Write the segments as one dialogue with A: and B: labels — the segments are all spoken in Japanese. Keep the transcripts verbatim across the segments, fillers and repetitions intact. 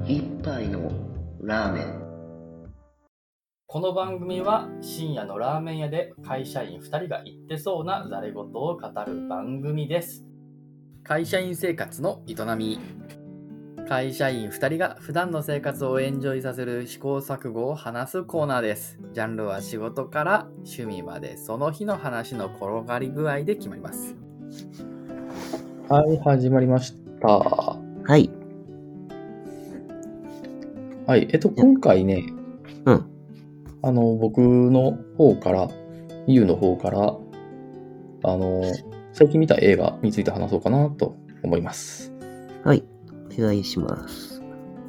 A: 一杯のラーメン。
B: この番組は深夜のラーメン屋で会社員ふたりが言ってそうなざれ言を語る番組です。会社員生活の営み。会社員ふたりが普段の生活をエンジョイさせる試行錯誤を話すコーナーです。ジャンルは仕事から趣味までその日の話の転がり具合で決まります。はい、始まりました。
A: はい。
B: はい、えっと、今回ね、
A: うん。
B: あの、僕の方から、ユウの方から、あの、最近見た映画について話そうかなと思います。
A: はい、お願いします。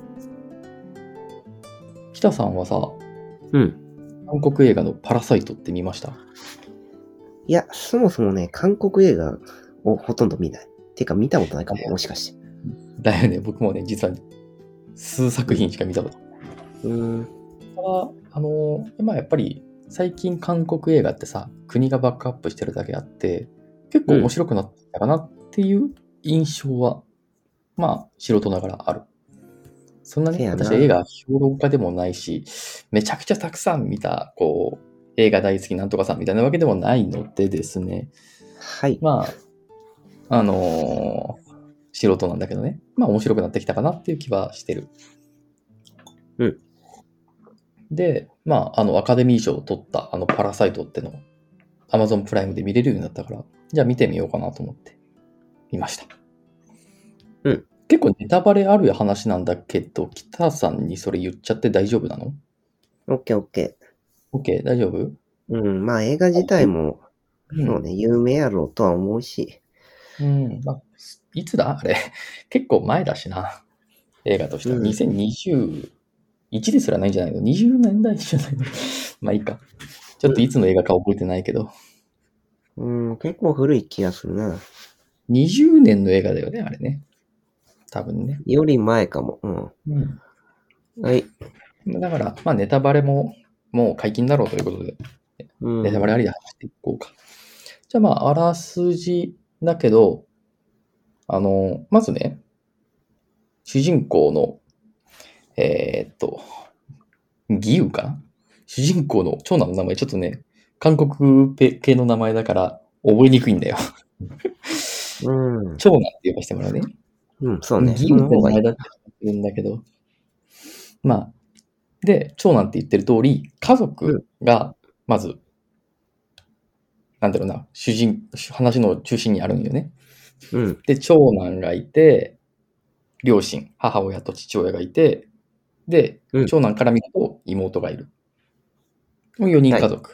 B: 北さんはさ、
A: うん。
B: 韓国映画のパラサイトって見ました？
A: いや、そもそもね、韓国映画をほとんど見ない。てか、見たことないかも、もしかして。
B: だよね、僕もね、実は数作品しか見たことない。
A: うーん。
B: ただ、あの、まあやっぱり、最近韓国映画ってさ、国がバックアップしてるだけあって、結構面白くなったかなっていう印象は、うん、まあ、素人ながらある。そんなね、私映画評論家でもないし、めちゃくちゃたくさん見た、こう、映画大好きなんとかさんみたいなわけでもないのでですね。
A: はい。
B: まあ、あのー、素人なんだけどね。まあ面白くなってきたかなっていう気はしてる。
A: うん。
B: で、まあ、あの、アカデミー賞を取ったあのパラサイトってのを Amazon プライムで見れるようになったから、じゃあ見てみようかなと思って見ました。
A: うん。
B: 結構ネタバレある話なんだけど、北さんにそれ言っちゃって大丈夫なの？
A: オッケーオッケ
B: ー。オッケー、大丈夫？
A: うん、まあ映画自体も、うん、そうね、有名やろうとは思うし。
B: うん、まあ、いつだあれ。結構前だしな。映画としては。うん、にせんにじゅういちですらないんじゃないの？ にじゅう 年代じゃないの？まあいいか。ちょっといつの映画か覚えてないけど。
A: うん、結構古い気がするな。
B: にじゅうねんの映画だよね、あれね。多分ね。
A: より前かも。うん。
B: うん。
A: はい。
B: だから、まあネタバレももう解禁だろうということで、うん、ネタバレありで話していこうか。じゃあまあ、あらすじだけど、あの、まずね、主人公の、えー、っと、義勇かな？主人公の長男の名前、ちょっとね、韓国系の名前だから覚えにくいんだよ。うん、長男って呼ばせてもらうね。
A: うん、そうね。
B: 義勇って名前だって言うんだけど、まあ、で、長男って言ってる通り、家族が、まず、うん、なんだろうな、主人、話の中心にあるんよね。
A: うん。
B: で、長男がいて、両親、母親と父親がいて、で、うん、長男から見ると妹がいる。よにん家族。はい、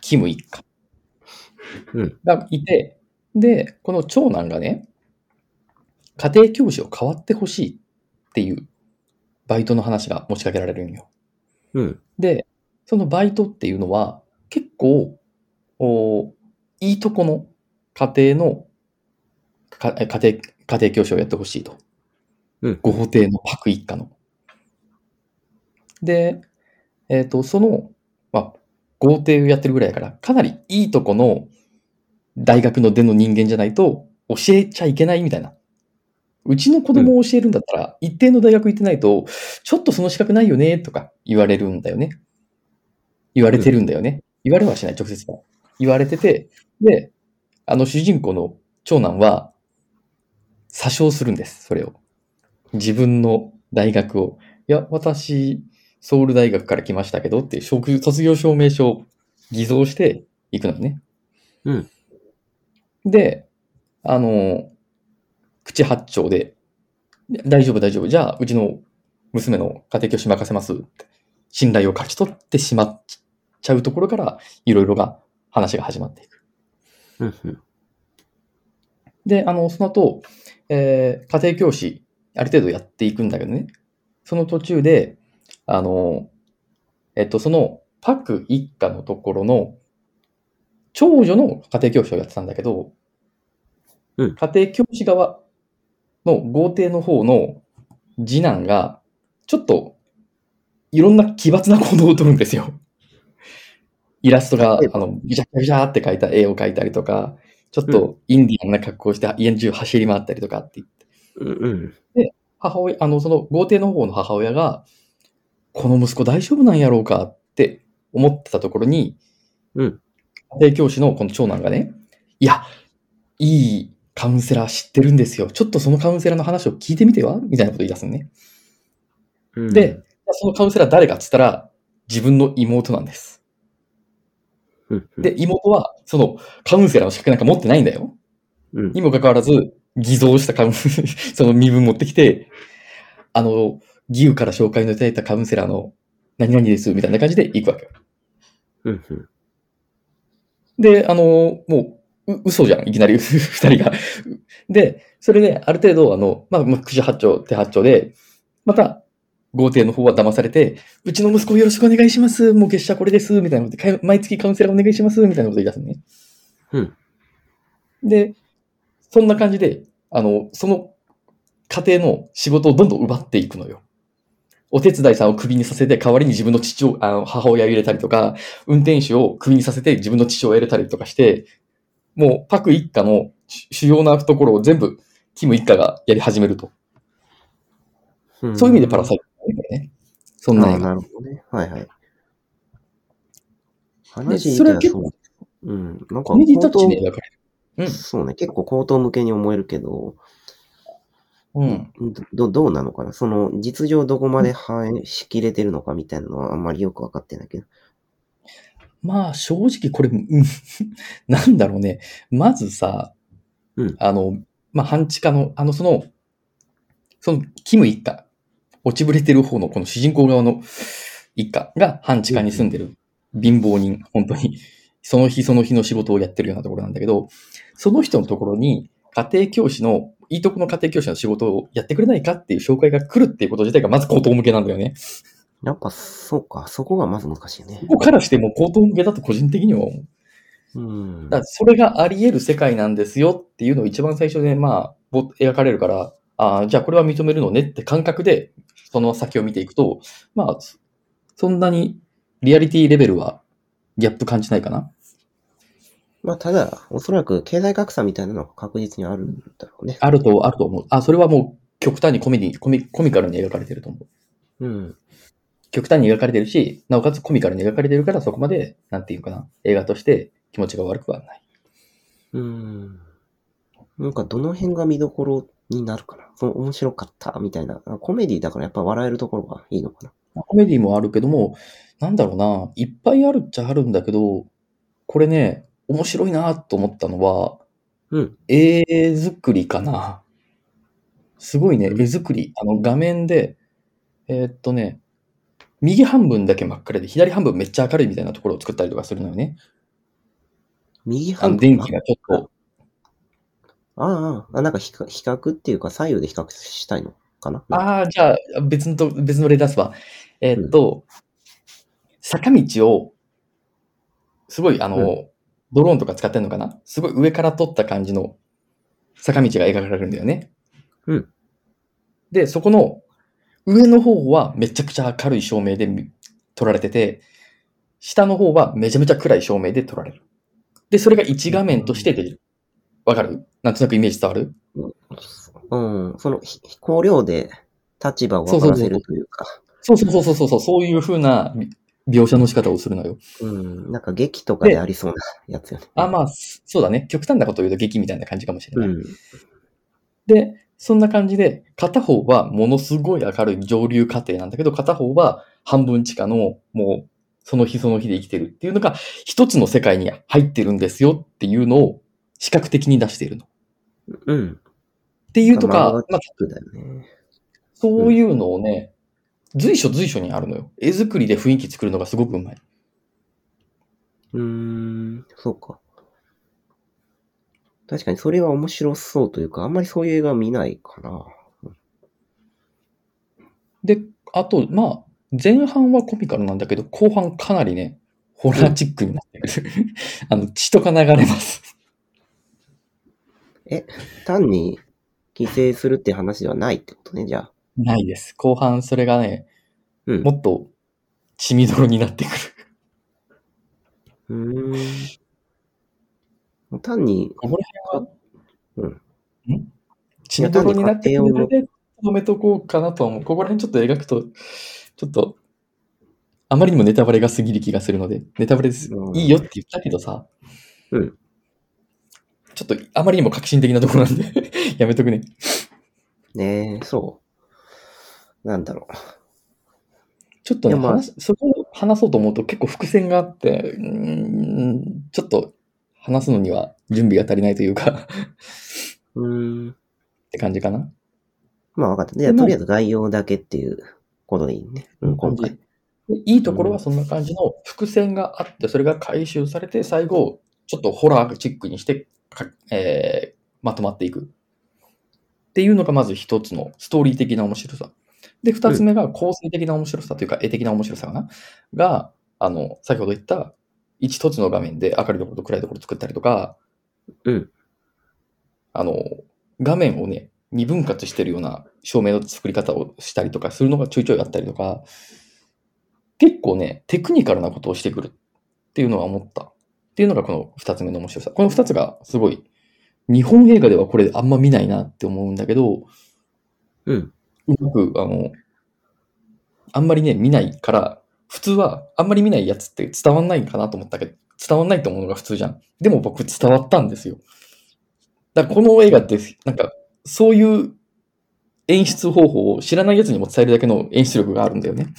B: キム一家。うん。がいて、で、この長男がね、家庭教師を代わってほしいっていうバイトの話が持ちかけられるんよ。
A: うん。
B: で、そのバイトっていうのは、結構、おいいとこの家庭のか家庭、家庭教師をやってほしいと。
A: うん。
B: ご法廷のパク一家の。で、えっ、ー、と、その、まあ、豪邸をやってるぐらいだから、かなりいいとこの大学の出の人間じゃないと教えちゃいけないみたいな。うちの子供を教えるんだったら、一定の大学行ってないと、ちょっとその資格ないよね、とか言われるんだよね。言われてるんだよね。言われはしない、直接は。言われてて、で、あの主人公の長男は、詐称するんです、それを。自分の大学を。いや、私、ソウル大学から来ましたけどっていう卒業証明書を偽造していくのね。
A: うん。
B: で、あの、口八丁で、大丈夫大丈夫。じゃあ、うちの娘の家庭教師任せますって。信頼を勝ち取ってしまっちゃうところから、いろいろが話が始まっていく。
A: うんうん、
B: で、あの、その後、えー、家庭教師、ある程度やっていくんだけどね。その途中で、あの、えっと、その、パク一家のところの、長女の家庭教師をやってたんだけど、
A: うん、
B: 家庭教師側の豪邸の方の次男が、ちょっと、いろんな奇抜な行動をとるんですよ。イラストが、あの、ぐちゃぐちゃって描いた絵を描いたりとか、ちょっとインディアンな格好をして家中走り回ったりとかって言って。
A: うんうん、
B: で、 母親、あの、その豪邸の方の母親が、この息子大丈夫なんやろうかって思ってたところに、
A: うん。
B: 家庭教師のこの長男がね、いや、いいカウンセラー知ってるんですよ。ちょっとそのカウンセラーの話を聞いてみてはみたいなこと言い出すのね。
A: うん、
B: で、そのカウンセラー誰かっつったら、自分の妹なんです。
A: うんうん、
B: で、妹は、そのカウンセラーの資格なんか持ってないんだよ。
A: うん、
B: にもかかわらず、偽造したカウン、その身分持ってきて、あの、義勇から紹介のいただいたカウンセラーの何々です、みたいな感じで行くわけよ。
A: うんうん、
B: で、あの、もう、う嘘じゃん、いきなり二人が。で、それで、ある程度、あの、まあ、まあくじ八丁、手八丁で、また、豪邸の方は騙されて、うちの息子よろしくお願いします。もう月謝これです。みたいなことで、毎月カウンセラーお願いします。みたいなこと言い出すね。
A: うん。
B: で、そんな感じで、あの、その家庭の仕事をどんどん奪っていくのよ。お手伝いさんをクビにさせて、代わりに自分の父を、あの母親を入れたりとか、運転手をクビにさせて自分の父親を入れたりとかして、もうパク一家の主要なところを全部、キム一家がやり始めると。
A: うん、
B: そういう意味でパラサイトね。そんな
A: ああ、
B: 映画。
A: なるほどね。はいはい。
B: で、
A: 話自
B: それは結構
A: 体はそう。うん。なんか、
B: コメディタッチ
A: 口頭、
B: で描かれる。
A: そうね。結構口頭向けに思えるけど、
B: うん。うん。
A: ど、どうなのかなその、実情どこまで反映しきれてるのかみたいなのはあんまりよくわかってないけど。
B: まあ、正直これ、うん、なんだろうね。まずさ、
A: うん。
B: あの、まあ、半地下の、あの、その、その、キム一家、落ちぶれてる方のこの主人公側の一家が半地下に住んでる貧乏人、本当に、その日その日の仕事をやってるようなところなんだけど、その人のところに家庭教師の、いいとこの家庭教師の仕事をやってくれないかっていう紹介が来るっていうこと自体がまず口頭向けなんだよね。
A: やっぱ、そうか。そこがまず難しいね。
B: そこからしても口頭向けだと個人的には思う。
A: うん。
B: だからそれがあり得る世界なんですよっていうのを一番最初で、まあ、ぼ描かれるから、ああ、じゃあこれは認めるのねって感覚で、その先を見ていくと、まあ、そんなにリアリティレベルはギャップ感じないかな。
A: まあ、ただ、おそらく経済格差みたいなのが確実にあるんだろうね。
B: あると、あると思う。あ、それはもう極端にコメディ、コミコミカルに描かれてると思う。
A: うん。
B: 極端に描かれてるし、なおかつコミカルに描かれてるから、そこまで、なんていうかな、映画として気持ちが悪くはない。
A: うん。なんか、どの辺が見どころになるかな。その面白かったみたいな。コメディだからやっぱ笑えるところがいいのかな。
B: コメディもあるけども、なんだろうな、いっぱいあるっちゃあるんだけど、これね、面白いなと思ったのは、
A: うん。
B: 絵作りかな。すごいね、
A: うん
B: 絵作り。あの画面で、えーっとね、右半分だけ真っ暗で、左半分めっちゃ明るいみたいなところを作ったりとかするのよね。
A: 右
B: あの、
A: 半分真っ
B: 電気がちょっ
A: 暗。
B: と、
A: ああ、あ、なんか比較比較っていうか左右で比較したいのかななんか。
B: ああ、じゃあ、別のと、別の例出すわ。え
A: うん。
B: ーっと、坂道を、すごい、あ
A: うん。
B: の、ドローンとか使ってんのかなすごい上から撮った感じの坂道が描かれるんだよね。
A: うん。
B: で、そこの上の方はめちゃくちゃ明るい照明で撮られてて、下の方はめちゃめちゃ暗い照明で撮られる。で、それが一画面として出る。わかるなんとなくイメージ伝わる
A: うん。その、ひ光量で立場を分からせる
B: そうそうそう。
A: というか。
B: そうそうそうそうそう、そういう風な描写の仕方をするのよ。
A: うん。なんか劇とかであ
B: で、
A: りそうなやつよね。う
B: あ、
A: ん。
B: まあ、そうだね。極端なことを言うと劇みたいな感じかもしれない。
A: うん。
B: で、そんな感じで、片方はものすごい明るい上流家庭なんだけど、片方は半分地下の、もう、その日その日で生きてるっていうのが、一つの世界に入ってるんですよっていうのを視覚的に出しているの。っ
A: うん。
B: ていうとか、
A: なんか漫画
B: まあ、
A: チックだよね。うん。
B: そういうのをね、随所随所にあるのよ。絵作りで雰囲気作るのがすごくうまい。
A: うーん。そうか。確かにそれは面白そうというか、あんまりそういう映画見ないかな。
B: で、あと、まあ、前半はコミカルなんだけど、後半かなりね、ホラ
A: うん。
B: ーチックになってくる。あの、血とか流れます。
A: え、単に帰省するって話ではないってことね、じゃあ。
B: ないです。後半それがね、
A: うん。
B: もっと血みどろになってくる。
A: うーん。単に、
B: ここら
A: か、うん。
B: 辺は、ん血
A: いや、
B: みどろ
A: 単に家
B: になってく
A: 庭をの、
B: るので、 とめとこうかなとは思う。ここら辺ちょっと描くと、ちょっと、あまりにもネタバレが過ぎる気がするので、ネタバレです。
A: うん
B: いいよって言ったけどさ、
A: うん。
B: ちょっとあまりにも革新的なところなんでやめとくね。
A: ねえ、そう。なんだろ
B: ちょっとね、
A: いやまあ
B: 話す、そこを話そうと思うと結構伏線があって、うーん、ちょっと話すのには準備が足りないというか
A: う。うーん。
B: って感じかな。
A: まあ分かった。じゃ
B: で、まあ、
A: あとりあえず概要だけっていうことでいいね。うん、
B: こんな感じ。
A: 今回。
B: でいいところ
A: うん。
B: はそんな感じの伏線があって、それが回収されて、最後、ちょっとホラーチックにしてか、えーまとまっていく。っていうのがまず一つのストーリー的な面白さ。で、二つ目が構成的な面白さというか、絵的な面白さかな。が、あの、先ほど言った一つの画面で明るいところと暗いところを作ったりとか、
A: うん。
B: あの、画面をね、二分割してるような照明の作り方をしたりとかするのがちょいちょいあったりとか、結構ね、テクニカルなことをしてくるっていうのは思った。っていうのがこの二つ目の面白さ。この二つがすごい、日本映画ではこれあんま見ないなって思うんだけど、
A: うん。
B: うまく、あの、あんまりね、見ないから、普通はあんまり見ないやつって伝わんないかなと思ったけど、伝わんないと思うのが普通じゃん。でも僕伝わったんですよ。だからこの映画って、なんか、そういう演出方法を知らないやつにも伝えるだけの演出力があるんだよね。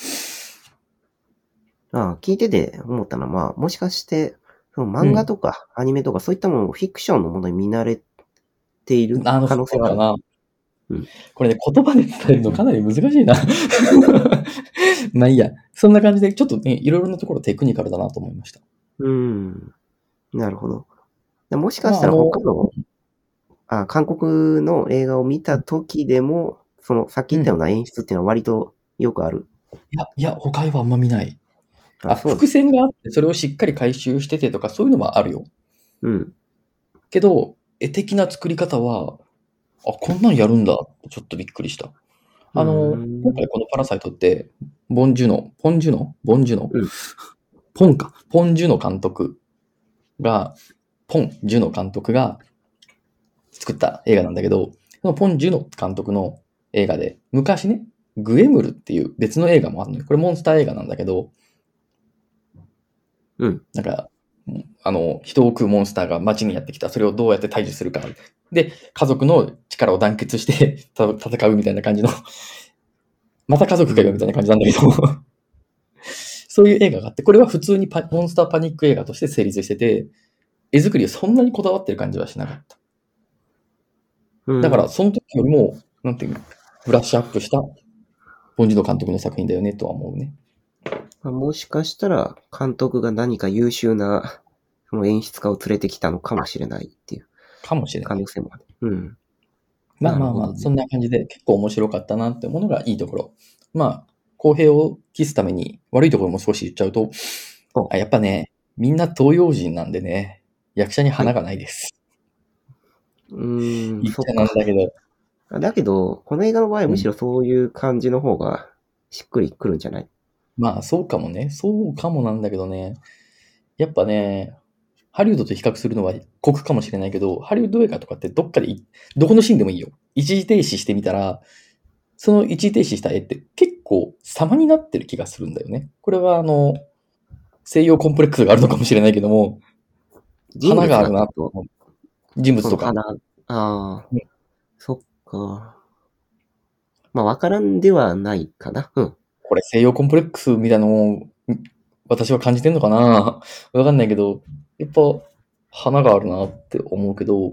A: ああ、聞いてて思ったのは、まあ、もしかして、その漫画
B: うん。
A: とかアニメとかそういったものをフィクションのものに見慣れている
B: あの、
A: 可能性はある。
B: そうかな。
A: うん
B: これね、言葉で伝えるのかなり難しいな。まあいいや。そんな感じで、ちょっとね、いろいろなところテクニカルだなと思いました。
A: うーん。なるほど。でもしか
B: まあ、あ
A: したら
B: の、
A: 他の、あ、韓国の映画を見た時でも、その、さっき言ったような演出っていうのは割とよくある。
B: いや、いや、他はあんま見ない。
A: あ、
B: あ、
A: そう
B: 伏線があって、それをしっかり回収しててとか、そういうのはあるよ。
A: うん。
B: けど、絵的な作り方は、あ、こんなんやるんだってちょっとびっくりした。
A: うー
B: あの、今
A: ん。
B: 回このパラサイトって、ボンジュノ、ポンジュノボンジュノ、
A: うん
B: ポンか。ポンジュノ監督が、ポン・ジュノ監督が作った映画なんだけど、そのポン・ジュノ監督の映画で、昔ね、グエムルっていう別の映画もあるのよ。これモンスター映画なんだけど、
A: うん。
B: なんか、あの、人を食うモンスターが街にやってきた。それをどうやって退治するか。で、家族の力を団結してた戦うみたいな感じの、また家族かよみたいな感じなんだけど、そういう映画があって、これは普通にパモンスターパニック映画として成立してて、絵作りはそんなにこだわってる感じはしなかった。
A: うん
B: だから、その時よりも、なんていうの、ブラッシュアップしたボンジド監督の作品だよねとは思うね。
A: まあもしかしたら、監督が何か優秀な、その演出家を連れてきたのかもしれないっていう
B: かもしれない。
A: 可能性もある。うん。
B: まあまあまあ、
A: なるほどね。
B: そんな感じで結構面白かったなってものがいいところ。まあ、公平を期すために悪いところも少し言っちゃうと、
A: お
B: あやっぱね、みんな東洋人なんでね、役者に花がないです。
A: うーん、
B: 言っちゃなん
A: そっか。
B: だけど、
A: だけど、この映画の場合は
B: うん
A: むしろそういう感じの方がしっくりくるんじゃない？
B: まあそうかもね、そうかもなんだけどね、やっぱね、ハリウッドと比較するのは酷かもしれないけど、ハリウッド映画とかってどっかでい、どこのシーンでもいいよ。一時停止してみたら、その一時停止した絵って結構様になってる気がするんだよね。これはあの、西洋コンプレックスがあるのかもしれないけども、
A: 人物
B: 花があるな
A: がちょっと、
B: 人物とか。
A: その花、ああ、
B: うん
A: そっか。まあ、わからんではないかな。うん。
B: これ西洋コンプレックスみたいなのを私は感じてんのかなわかんないけど、やっぱ花があるなって思うけど、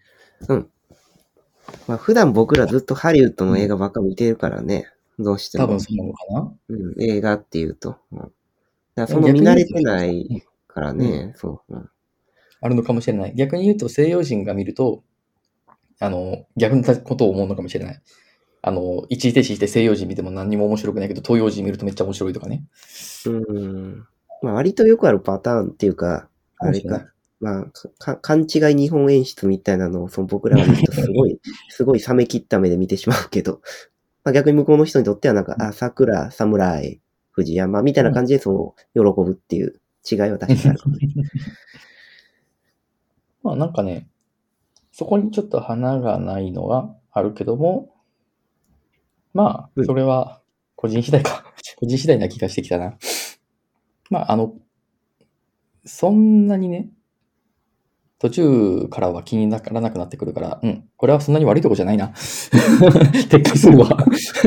A: まあ、普段僕らずっとハリウッドの映画ばっか見てるからね。どうしても。
B: 多分そうなのかな
A: うん、映画っていうと。うん、だからその見
B: 逆に言うと
A: 慣れてないから
B: うん
A: ね。そう。うん、
B: あるのかもしれない。逆に言うと西洋人が見ると、あの、逆のことを思うのかもしれない。あの、一時停止して西洋人見ても何にも面白くないけど、東洋人見るとめっちゃ面白いとかね。
A: うん。まあ、割とよくあるパターンっていうか、あれか。まあ、か勘違い日本演出みたいなのをその僕らが見るとすごい、すごい冷め切った目で見てしまうけど、まあ、逆に向こうの人にとってはなんか、あ、桜、侍、藤山みたいな感じでそう喜ぶっていう違いは確かにあるかもね。
B: まあなんかね、そこにちょっと花がないのはあるけども、 まあ、
A: うん
B: それは個人次第か。個人次第な気がしてきたな。まあ、あの、そんなにね、途中からは気にならなくなってくるから、うん、これはそんなに悪いとこじゃないな。撤回するわ。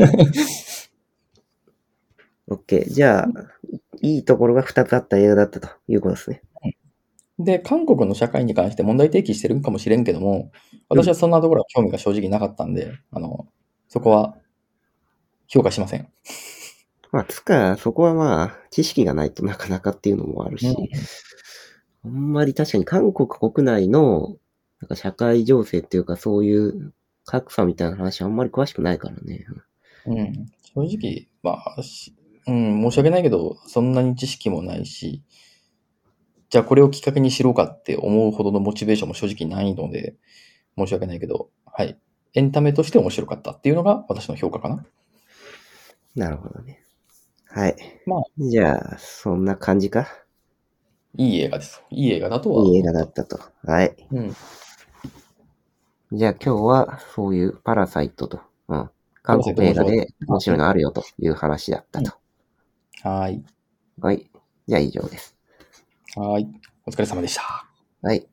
A: OK。じゃあ、いいところがふたつあった映画だったということですね。
B: で、韓国の社会に関して問題提起してるんかもしれんけども、私はそんなところは興味が正直なかったんで、あの、そこは評価しません。
A: まあ、つか、そこはまあ、知識がないとなかなかっていうのもあるし、あんまり確かに韓国国内の、なんか社会情勢っていうかそういう格差みたいな話あんまり詳しくないからね。
B: うん。正直、まあ、しうん、申し訳ないけど、そんなに知識もないし、じゃあこれをきっかけにしろかって思うほどのモチベーションも正直ないので、申し訳ないけど、はい。エンタメとして面白かったっていうのが私の評価かな。
A: なるほどね。はい。
B: まあ、
A: じゃあ、そんな感じか。
B: いい映画です。いい映画だとはい
A: い映
B: 思った。
A: 画だったと。はい。
B: うん。
A: じゃあ今日はそういうパラサイトと、うん、韓国映画
B: 面白い。
A: で面白いのあるよという話だったと。
B: はーい。
A: はい。じゃあ以上です。
B: はーい。お疲れ様でした。
A: はい。